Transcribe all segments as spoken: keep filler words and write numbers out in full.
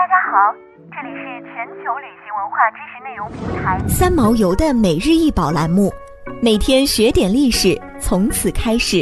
家好，这里是全球旅行文化知识内容平台三毛游的每日一宝栏目，每天学点历史，从此开始。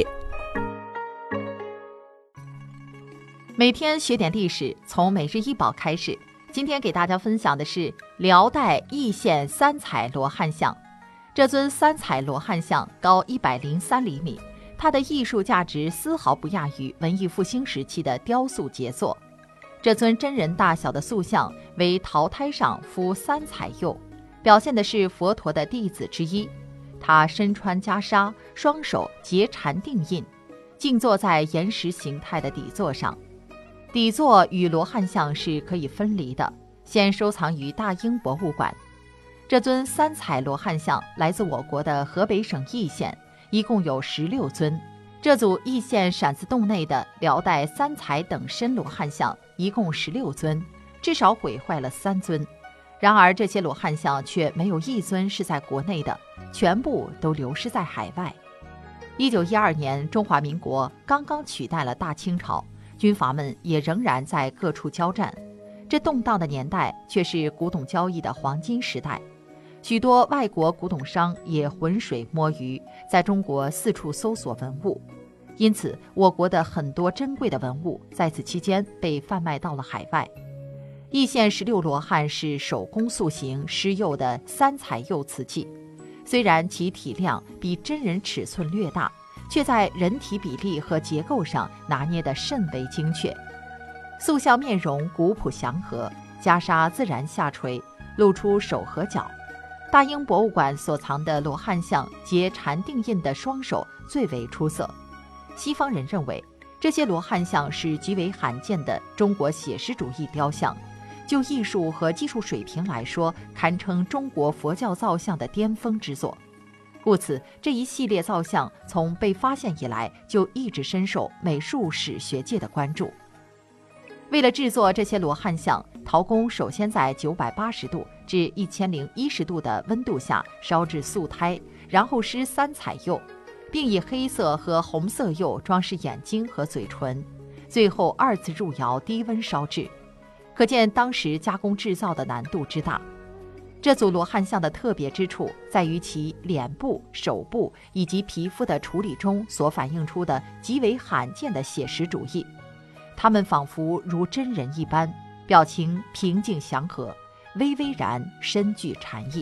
每天学点历史，从每日一宝开始。今天给大家分享的是辽代易县三彩罗汉像。这尊三彩罗汉像高一百零三厘米，它的艺术价值丝毫不亚于文艺复兴时期的雕塑杰作。这尊真人大小的塑像为陶胎上敷三彩釉，表现的是佛陀的弟子之一。他身穿袈裟，双手结禅定印，静坐在岩石形态的底座上。底座与罗汉像是可以分离的，现收藏于大英博物馆。这尊三彩罗汉像来自我国的河北省易县，一共有十六尊。这组易县骰子洞内的辽代三彩等身罗汉像一共十六尊，至少毁坏了三尊。然而这些罗汉像却没有一尊是在国内的，全部都流失在海外。一九一二年，中华民国刚刚取代了大清朝，军阀们也仍然在各处交战。这动荡的年代却是古董交易的黄金时代，许多外国古董商也浑水摸鱼，在中国四处搜索文物。因此我国的很多珍贵的文物在此期间被贩卖到了海外。易县十六罗汉是手工塑形施釉的三彩釉瓷器，虽然其体量比真人尺寸略大，却在人体比例和结构上拿捏得甚为精确。塑像面容古朴祥和，袈裟自然下垂，露出手和脚。大英博物馆所藏的罗汉像结禅定印的双手最为出色。西方人认为这些罗汉像是极为罕见的中国写实主义雕像，就艺术和技术水平来说，堪称中国佛教造像的巅峰之作。故此这一系列造像从被发现以来就一直深受美术史学界的关注。为了制作这些罗汉像，陶工首先在九百八十度至一千零一十度的温度下烧制素胎，然后施三彩釉，并以黑色和红色釉装饰眼睛和嘴唇，最后二次入窑低温烧制，可见当时加工制造的难度之大。这组罗汉像的特别之处在于其脸部、手部以及皮肤的处理中所反映出的极为罕见的写实主义，他们仿佛如真人一般，表情平静祥和，微微然深具禅意。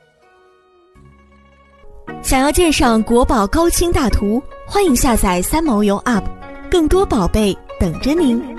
想要鉴赏国宝高清大图，欢迎下载三毛游 App， 更多宝贝等着您。